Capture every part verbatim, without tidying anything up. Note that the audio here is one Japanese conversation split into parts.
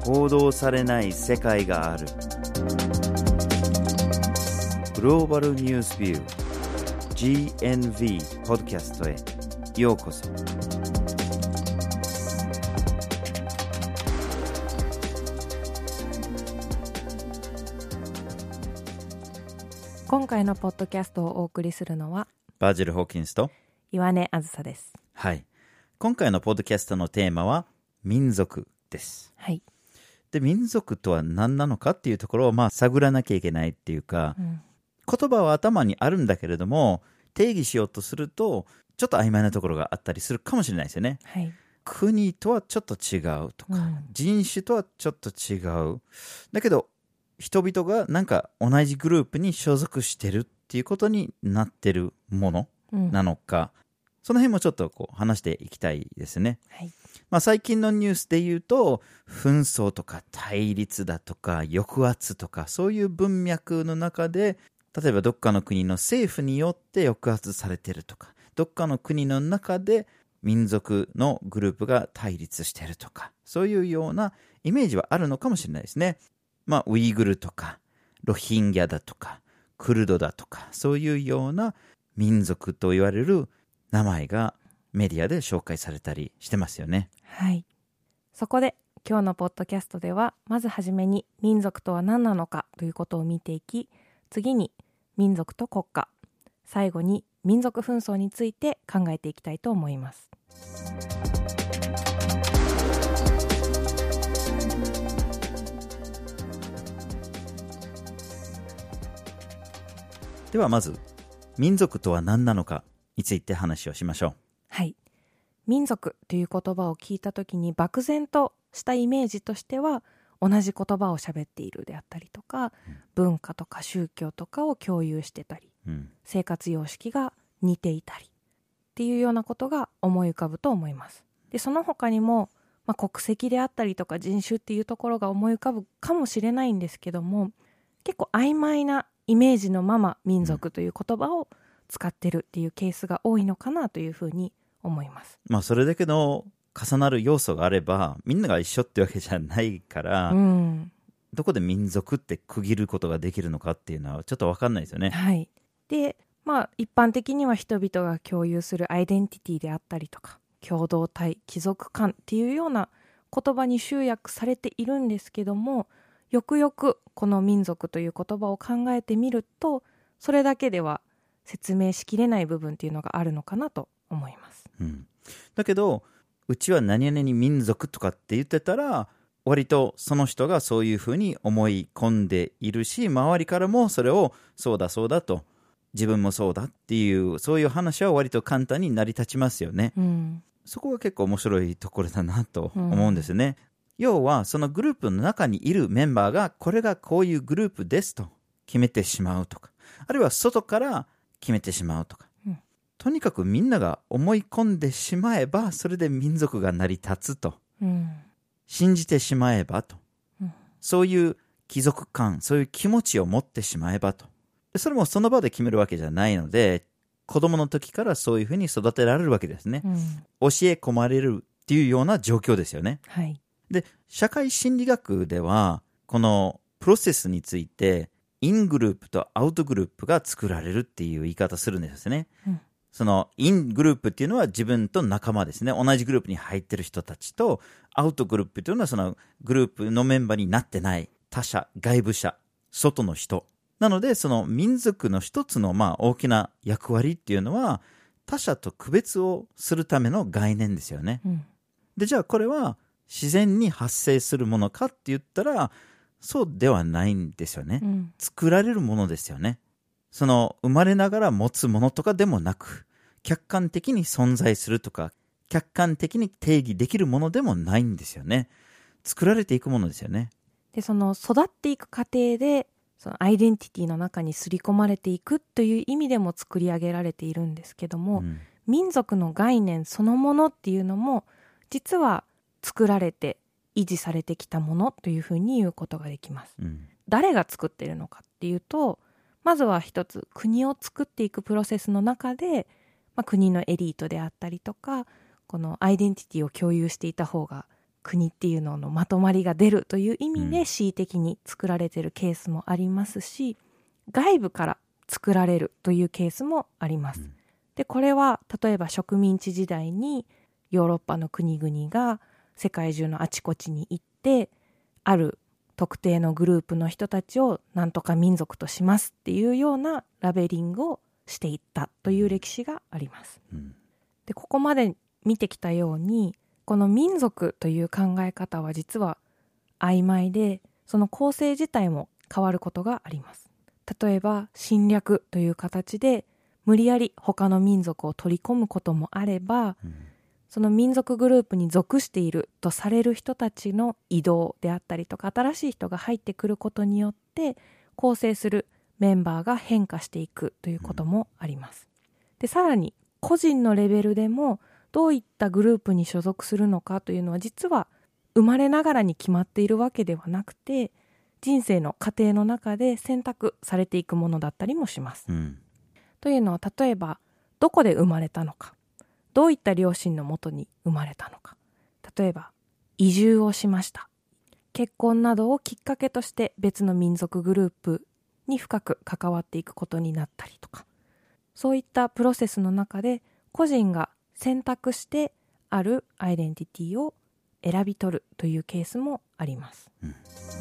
報道されない世界がある。グローバルニュースビュー ジーエヌブイ ポッドキャストへようこそ。 今回のポッドキャストをお送りするのはバジル・ホーキンスと岩根あずさです。 はい。今回のポッドキャストのテーマは民族です。 はい。 で、民族とは何なのかっていうところをまあ探らなきゃいけないっていうか、うん、言葉は頭にあるんだけれども定義しようとするとちょっと曖昧なところがあったりするかもしれないですよね。 はい。 国とはちょっと違うとか、うん、人種とはちょっと違う。だけど人々がなんか同じグループに所属してるっていうことになってるものなのか、うん、その辺もちょっとこう話していきたいですね。 はい。 まあ、最近のニュースで言うと紛争とか対立だとか抑圧とかそういう文脈の中で例えばどっかの国の政府によって抑圧されてるとかどっかの国の中で民族のグループが対立してるとかそういうようなイメージはあるのかもしれないですね。まあ、ウイグルとかロヒンギャだとかクルドだとかそういうような民族と言われる名前がメディアで紹介されたりしてますよね。 はい。そこで今日のポッドキャストではまずはじめに民族とは何なのかということを見ていき、次に民族と国家、最後に民族紛争について考えていきたいと思います。 ではまず民族とは何なのかについて話をしましょう。 はい。民族という言葉を聞いたときに漠然としたイメージとしては同じ言葉を喋っているであったりとか、うん、文化とか宗教とかを共有してたり、うん、生活様式が似ていたりっていうようなことが思い浮かぶと思います。で、その他にも、まあ、国籍であったりとか人種っていうところが思い浮かぶかもしれないんですけども、結構曖昧なイメージのまま民族という言葉を使ってるっていうケースが多いのかなというふうに思います。 まあそれだけの重なる要素があればみんなが一緒ってわけじゃないから、うん、どこで民族って区切ることができるのかっていうのはちょっと分かんないですよね。 はい。で、まあ一般的には人々が共有するアイデンティティであったりとか共同体、貴族感っていうような言葉に集約されているんですけども、よくよくこの民族という言葉を考えてみるとそれだけでは説明しきれない部分っていうのがあるのかなと思います。 うん、だけどうちは何々に民族とかって言ってたら割とその人がそういうふうに思い込んでいるし周りからもそれをそうだそうだと自分もそうだっていうそういう話は割と簡単に成り立ちますよね、うん、そこが結構面白いところだなと思うんですね、うん、要はそのグループの中にいるメンバーがこれがこういうグループですと決めてしまうとかあるいは外から決めてしまうとか、うん、とにかくみんなが思い込んでしまえばそれで民族が成り立つと、うん、信じてしまえばと、うん、そういう貴族感そういう気持ちを持ってしまえばとでそれもその場で決めるわけじゃないので子供の時からそういうふうに育てられるわけですね、うん、教え込まれるっていうような状況ですよね、 はい、 で社会心理学ではこのプロセスについてイングループとアウトグループが作られるっていう言い方するんですね、うん、そのイングループっていうのは自分と仲間ですね同じグループに入ってる人たちとアウトグループっていうのはそのグループのメンバーになってない他者外部者外の人なのでその民族の一つのまあ大きな役割っていうのは他者と区別をするための概念ですよね、うん、でじゃあこれは自然に発生するものかって言ったらそうではないんですよね、うん、作られるものですよね。その生まれながら持つものとかでもなく客観的に存在するとか客観的に定義できるものでもないんですよね。作られていくものですよね。 でその育っていく過程でそのアイデンティティの中に刷り込まれていくという意味でも作り上げられているんですけども、うん、民族の概念そのものっていうのも実は作られて維持されてきたものというふうに言うことができます、うん、誰が作っているのかっていうとまずは一つ国を作っていくプロセスの中で、まあ、国のエリートであったりとかこのアイデンティティを共有していた方が国っていうののまとまりが出るという意味でうん恣意的に作られているケースもありますし、外部から作られるというケースもあります。 うんで、これは例えば植民地時代にヨーロッパの国々が世界中のあちこちに行って、ある特定のグループの人たちをなんとか民族としますっていうようなラベリングをしていったという歴史があります。 うんで、ここまで見てきたように、この民族という考え方は実は曖昧で、その構成自体も変わることがあります。例えば侵略という形で無理やり他の民族を取り込むこともあれば、 うんその民族グループに属しているとされる人たちの移動であったりとか、新しい人が入ってくることによって構成するメンバーが変化していくということもあります。で、さらに個人のレベルでもどういったグループに所属するのかというのは実は生まれながらに決まっているわけではなくて、人生の過程の中で選択されていくものだったりもします。 うんというのは、例えばどこで生まれたのか、どういった両親のもとに生まれたのか、例えば移住をしました、結婚などをきっかけとして別の民族グループに深く関わっていくことになったりとか、そういったプロセスの中で個人が選択してあるアイデンティティを選び取るというケースもあります。 うん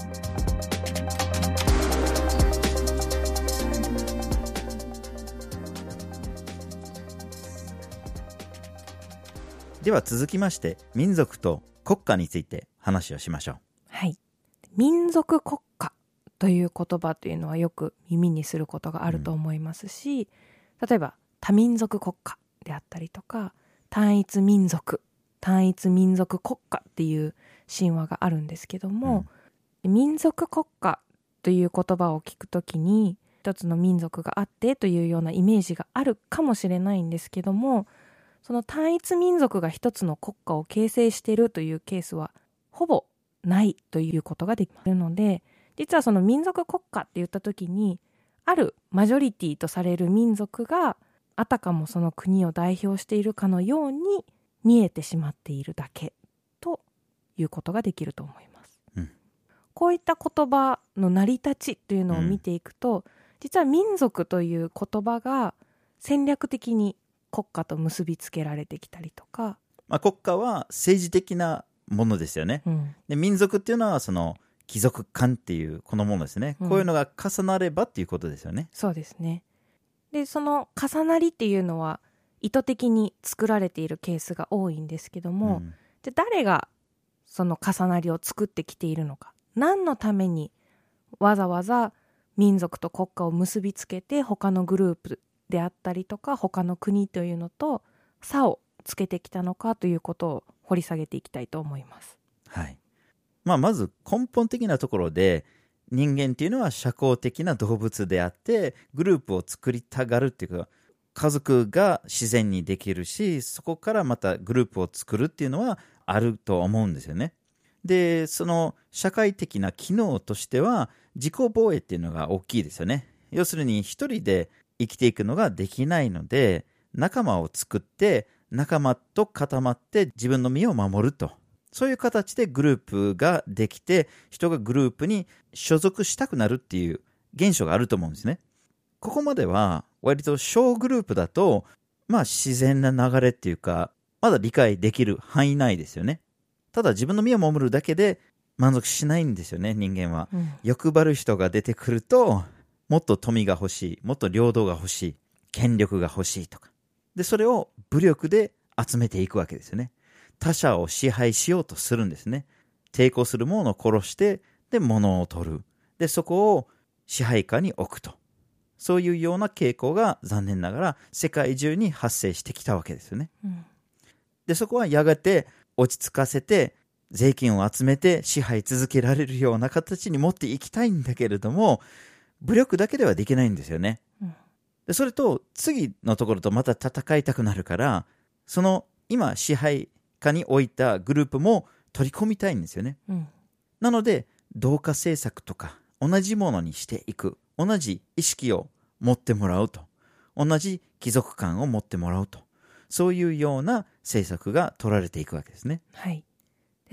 では続きまして民族と国家について話をしましょう。 はい。民族国家という言葉というのはよく耳にすることがあると思いますし、うん、例えば多民族国家であったりとか、単一民族、単一民族国家っていう神話があるんですけども、うん、民族国家という言葉を聞くときに一つの民族があってというようなイメージがあるかもしれないんですけども、その単一民族が一つの国家を形成しているというケースはほぼないということができるので、実はその民族国家って言った時に、あるマジョリティとされる民族があたかもその国を代表しているかのように見えてしまっているだけということができると思います。 うん、 こういった言葉の成り立ちというのを見ていくと、うん、実は民族という言葉が戦略的に国家と結びつけられてきたりとか、 まあ、国家は政治的なものですよね、うん、で民族っていうのはその貴族感っていうこのものですね、うん、こういうのが重なればっていうことですよね。 そうですね。でその重なりっていうのは意図的に作られているケースが多いんですけども、うん、じゃあ誰がその重なりを作ってきているのか、何のためにわざわざ民族と国家を結びつけて他のグループであったりとか他の国というのと差をつけてきたのかということを掘り下げていきたいと思います。 はい。まあ、まず根本的なところで人間っていうのは社交的な動物であってグループを作りたがるっていうか、家族が自然にできるし、そこからまたグループを作るっていうのはあると思うんですよね。でその社会的な機能としては自己防衛っていうのが大きいですよね。要するに一人で生きていくのができないので仲間を作って仲間と固まって自分の身を守ると、そういう形でグループができて人がグループに所属したくなるっていう現象があると思うんですね。ここまでは割と小グループだとまあ自然な流れっていうかまだ理解できる範囲内ですよね。ただ自分の身を守るだけで満足しないんですよね、人間は、うん、欲張る人が出てくるともっと富が欲しい、もっと領土が欲しい、権力が欲しいとかで、それを武力で集めていくわけですよね。他者を支配しようとするんですね。抵抗する者を殺してで物を取る、でそこを支配下に置くと、そういうような傾向が残念ながら世界中に発生してきたわけですよね、うん、でそこはやがて落ち着かせて税金を集めて支配続けられるような形に持っていきたいんだけれども、武力だけではできないんですよね、うん、でそれと次のところとまた戦いたくなるから、その今支配下に置いたグループも取り込みたいんですよね、うん、なので同化政策とか同じものにしていく、同じ意識を持ってもらうと、同じ貴族感を持ってもらうと、そういうような政策が取られていくわけですね。 はい。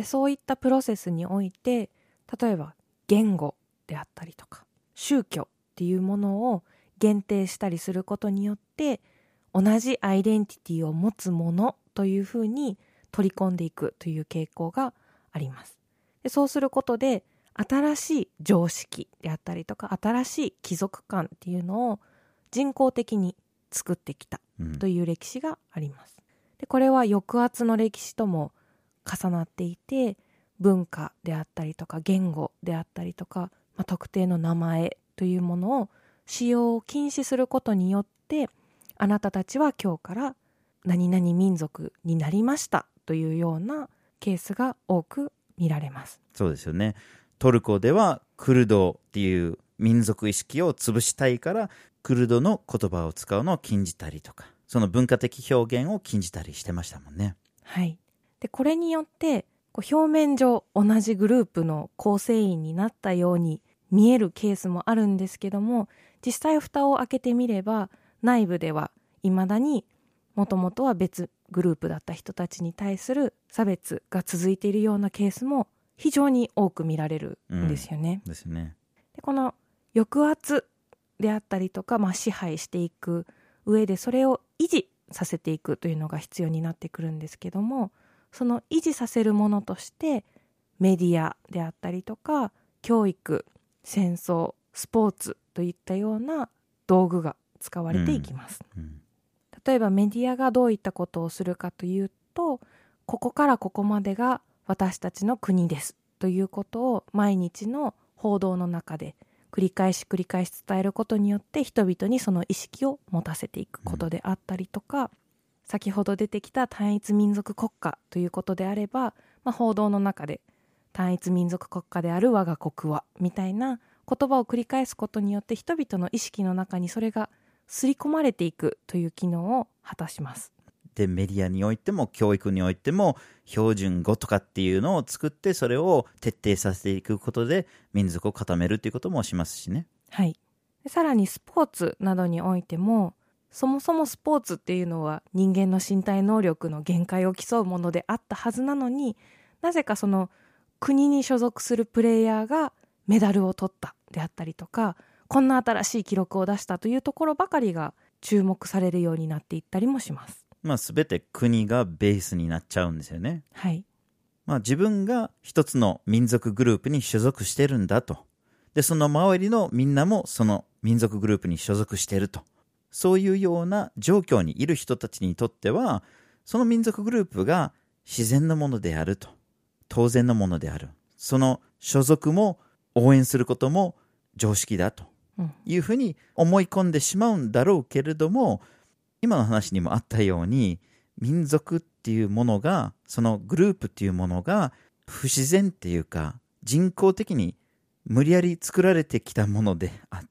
でそういったプロセスにおいて、例えば言語であったりとか宗教っていうものを限定したりすることによって、同じアイデンティティを持つものというふうに取り込んでいくという傾向があります。でそうすることで、新しい常識であったりとか新しい貴族感っていうのを人工的に作ってきたという歴史があります。でこれは抑圧の歴史とも重なっていて、文化であったりとか言語であったりとか、まあ、特定の名前というものを使用を禁止することによって、あなたたちは今日から何々民族になりましたというようなケースが多く見られます。 そうですよね。トルコではクルドっていう民族意識を潰したいからクルドの言葉を使うのを禁じたりとか、その文化的表現を禁じたりしてましたもんね。 はい。でこれによってこう表面上同じグループの構成員になったように見えるケースもあるんですけども、実際蓋を開けてみれば内部では未だにもともとは別グループだった人たちに対する差別が続いているようなケースも非常に多く見られるんですよね。 うん、ですね。 でこの抑圧であったりとか、まあ、支配していく上でそれを維持させていくというのが必要になってくるんですけども、その維持させるものとしてメディアであったりとか教育、戦争、スポーツといったような道具が使われていきます。 うんうん、 例えばメディアがどういったことをするかというと、ここからここまでが私たちの国ですということを毎日の報道の中で繰り返し繰り返し伝えることによって人々にその意識を持たせていくことであったりとか、うん、先ほど出てきた単一民族国家ということであれば、まあ、報道の中で単一民族国家である我が国はみたいな言葉を繰り返すことによって人々の意識の中にそれが刷り込まれていくという機能を果たします。 でメディアにおいても教育においても標準語とかっていうのを作って、それを徹底させていくことで民族を固めるということもしますしね。 はい。でさらにスポーツなどにおいても、そもそもスポーツっていうのは人間の身体能力の限界を競うものであったはずなのに、なぜかその国に所属するプレイヤーがメダルを取ったであったりとか、こんな新しい記録を出したというところばかりが注目されるようになっていったりもします。 まあ、全て国がベースになっちゃうんですよね。 はい。 まあ、自分が一つの民族グループに所属してるんだと。で、その周りのみんなもその民族グループに所属してると。そういうような状況にいる人たちにとっては、その民族グループが自然なものであると。当然のものである。その所属も応援することも常識だというふうに思い込んでしまうんだろうけれども、今の話にもあったように、民族っていうものが、そのグループっていうものが不自然っていうか人工的に無理やり作られてきたものであって、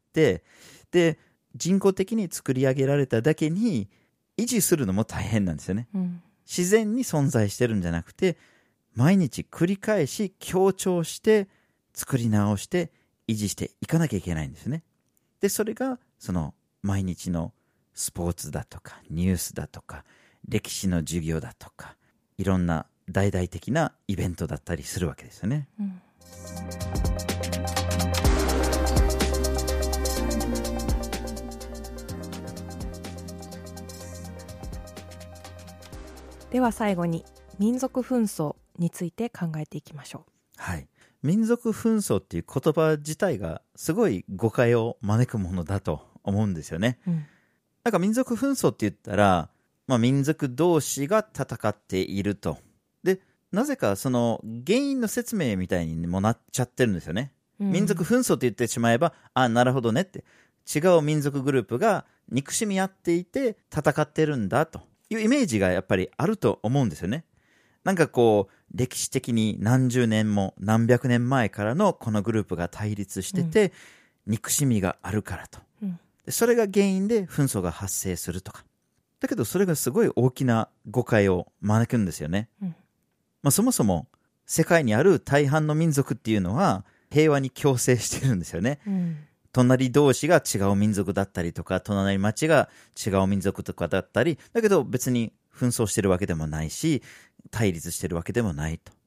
で人工的に作り上げられただけに維持するのも大変なんですよね、うん、自然に存在してるんじゃなくて、毎日繰り返し強調して作り直して維持していかなきゃいけないんですね。でそれがその毎日のスポーツだとかニュースだとか歴史の授業だとか、いろんな大々的なイベントだったりするわけですよね、うん、 では最後に民族紛争について考えていきましょう。 はい。民族紛争っていう言葉自体がすごい誤解を招くものだと思うんですよね、うん、なんか民族紛争って言ったら、まあ、民族同士が戦っていると。でなぜかその原因の説明みたいにもなっちゃってるんですよね、うん、民族紛争って言ってしまえば、あ、なるほどねって、違う民族グループが憎しみ合っていて戦ってるんだというイメージがやっぱりあると思うんですよね。なんかこう歴史的に何十年も何百年前からのこのグループが対立してて、うん、憎しみがあるからと、うん、でそれが原因で紛争が発生するとか。だけどそれがすごい大きな誤解を招くんですよね、うんまあ、そもそも世界にある大半の民族っていうのは平和に共生してるんですよね、うん、隣同士が違う民族だったりとか、隣町が違う民族とかだったり、だけど別に紛争してるわけでもないし対立してるわけでもないと。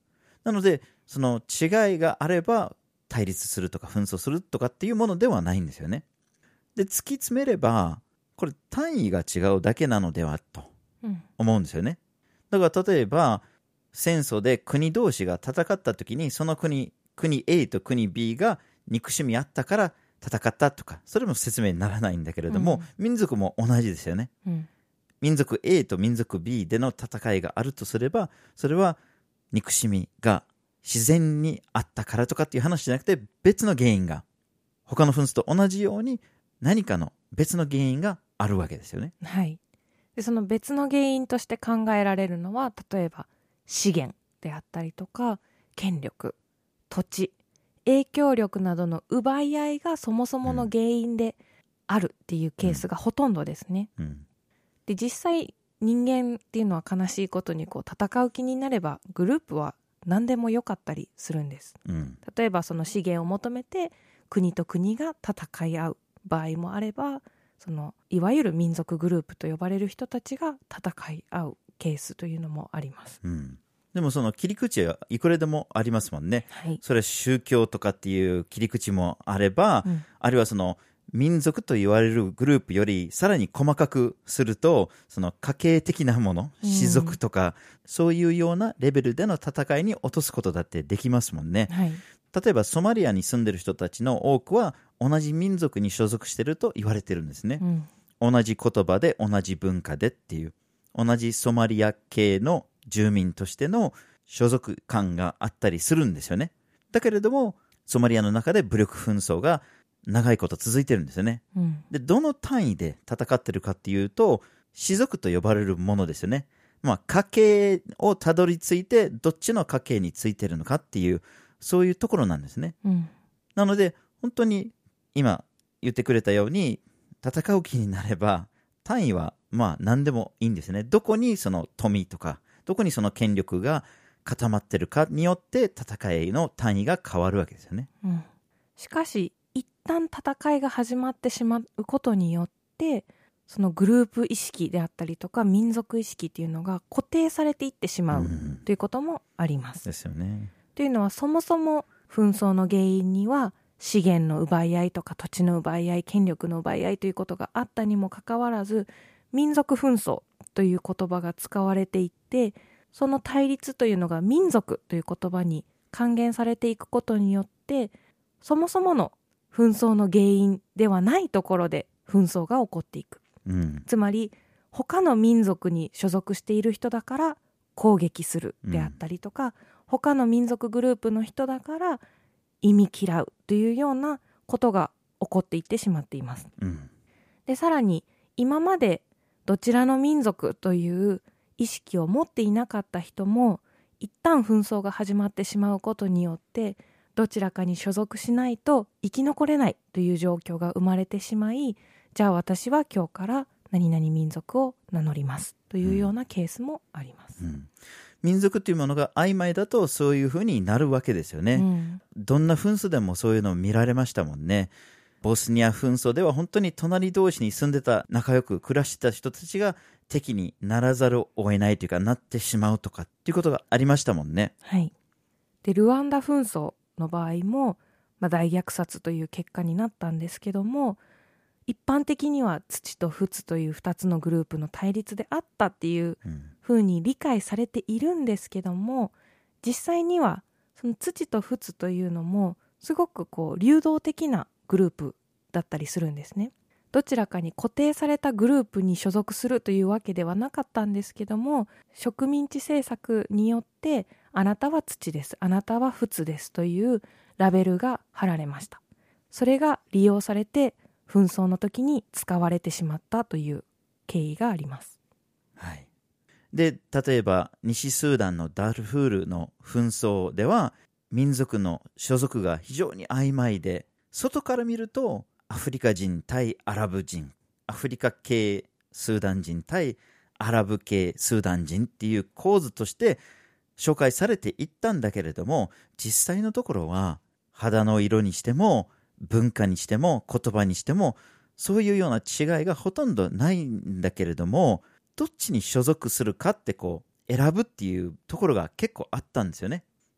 なのでその違いがあれば対立するとか紛争するとかっていうものではないんですよね。で突き詰めればこれ単位が違うだけなのではと思うんですよね。だから例えば戦争で国同士が戦った時にその国国 A と国 B が憎しみあったから戦ったとかそれも説明にならないんだけれども、うん、民族も同じですよね、うん、民族 A と民族 B での戦いがあるとすればそれは憎しみが自然にあったからとかっていう話じゃなくて別の原因が他の紛争と同じように何かの別の原因があるわけですよね。 はい。でその別の原因として考えられるのは例えば資源であったりとか権力、土地、影響力などの奪い合いがそもそもの原因であるっていうケースがほとんどですね、うんうん、で実際人間っていうのは悲しいことにこう戦う気になればグループは何でもよかったりするんです、うん、例えばその資源を求めて国と国が戦い合う場合もあればそのいわゆる民族グループと呼ばれる人たちが戦い合うケースというのもあります、 うん、でもその切り口はいくらでもありますもんね、はい、それは宗教とかっていう切り口もあれば、うん、あるいはその民族と言われるグループよりさらに細かくするとその家系的なもの、氏族とか、うん、そういうようなレベルでの戦いに落とすことだってできますもんね、はい、例えばソマリアに住んでる人たちの多くは同じ民族に所属していると言われてるんですね、うん、同じ言葉で同じ文化でっていう同じソマリア系の住民としての所属感があったりするんですよね。だけれどもソマリアの中で武力紛争が長いこと続いてるんですよね、うん、でどの単位で戦ってるかっていうと氏族と呼ばれるものですよね。まあ家系をたどり着いてどっちの家系についてるのかっていうそういうところなんですね、うん、なので本当に今言ってくれたように戦う気になれば単位はまあ何でもいいんですね。どこにその富とかどこにその権力が固まってるかによって戦いの単位が変わるわけですよね、うん、 しかし一旦戦いが始まってしまうことによってそのグループ意識であったりとか民族意識っていうのが固定されていってしまうということもあります、 うん、ですよね。 というのはそもそも紛争の原因には資源の奪い合いとか土地の奪い合い権力の奪い合いということがあったにもかかわらず民族紛争という言葉が使われていってその対立というのが民族という言葉に還元されていくことによってそもそもの紛争の原因ではないところで紛争が起こっていく、うん、つまり他の民族に所属している人だから攻撃するであったりとか、うん、他の民族グループの人だから忌み嫌うというようなことが起こっていってしまっています、うん、でさらに今までどちらの民族という意識を持っていなかった人も一旦紛争が始まってしまうことによってどちらかに所属しないと生き残れないという状況が生まれてしまいじゃあ私は今日から何々民族を名乗りますというようなケースもあります、うんうん、 民族というものが曖昧だとそういうふうになるわけですよね、うん、どんな紛争でもそういうのを見られましたもんね。ボスニア紛争では本当に隣同士に住んでた仲良く暮らしてた人たちが敵にならざるを得ないというかなってしまうとかっていうことがありましたもんね。 はい。でルワンダ紛争の場合も、まあ、大虐殺という結果になったんですけども一般的には土と仏というふたつのグループの対立であったっていうふうに理解されているんですけども実際にはその土と仏というのもすごくこう流動的なグループだったりするんですね。どちらかに固定されたグループに所属するというわけではなかったんですけども植民地政策によってあなたは土ですあなたは仏ですというラベルが貼られました。それが利用されて紛争の時に使われてしまったという経緯があります、 はい、で例えば西スーダンのダルフールの紛争では民族の所属が非常に曖昧で外から見るとアフリカ人対アラブ人アフリカ系スーダン人対アラブ系スーダン人っていう構図として紹介されていったんだけれども実際のところは肌の色にしても文化にしても言葉にしてもそういうような違いがほとんどないんだけれどもどっちに所属するかってこう選ぶっていうところが結構あったんですよね。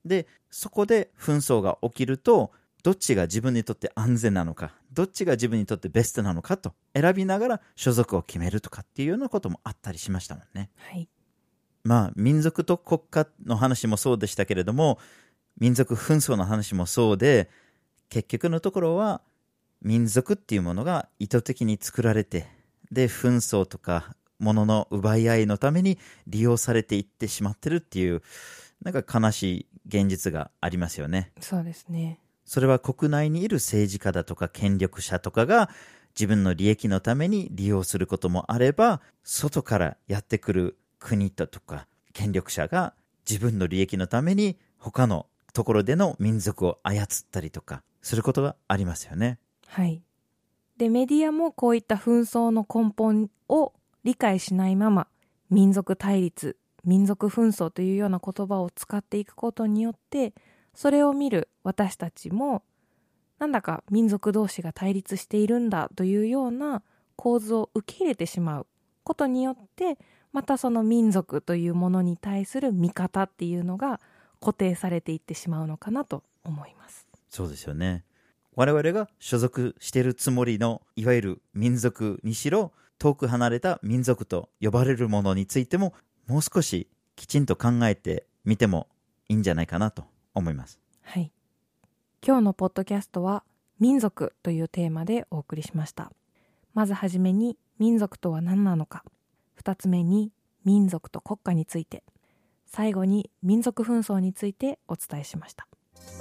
でそこで紛争が起きると、どっちが自分にとって安全なのか、どっちが自分にとってベストなのかと選びながら所属を決めるとかっていうようなこともあったりしましたもんね。 はい。 まあ民族と国家の話もそうでしたけれども、民族紛争の話もそうで、結局のところは民族っていうものが意図的に作られて、で紛争とか物の奪い合いのために利用されていってしまってるっていう、なんか悲しい現実がありますよね。 そうですね。 それは国内にいる政治家だとか権力者とかが自分の利益のために利用することもあれば、外からやってくる国だとか権力者が自分の利益のために他のところでの民族を操ったりとかすることがありますよね。 はい。で、メディアもこういった紛争の根本を理解しないまま、民族対立、民族紛争というような言葉を使っていくことによって、それを見る私たちも、なんだか民族同士が対立しているんだというような構図を受け入れてしまうことによって、またその民族というものに対する見方っていうのが固定されていってしまうのかなと思います。 そうですよね。我々が所属しているつもりのいわゆる民族にしろ、遠く離れた民族と呼ばれるものについても、もう少しきちんと考えてみてもいいんじゃないかなと思います。 はい。今日のポッドキャストは民族というテーマでお送りしました。まずはじめに民族とは何なのか、二つ目に民族と国家について、最後に民族紛争についてお伝えしました。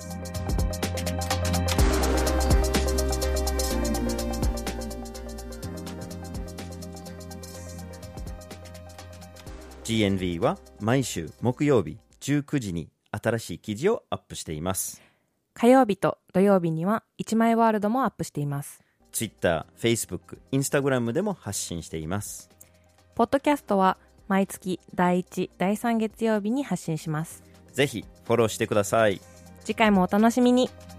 ジーエヌブイ は毎週木曜日じゅうくじに新しい記事をアップしています。 火曜日と土曜日には一枚ワールドもアップしています。 Twitter、Facebook、Instagram でも発信しています。 ポッドキャストは毎月だいいち、だいさん月曜日に発信します。 ぜひフォローしてください。 次回もお楽しみに。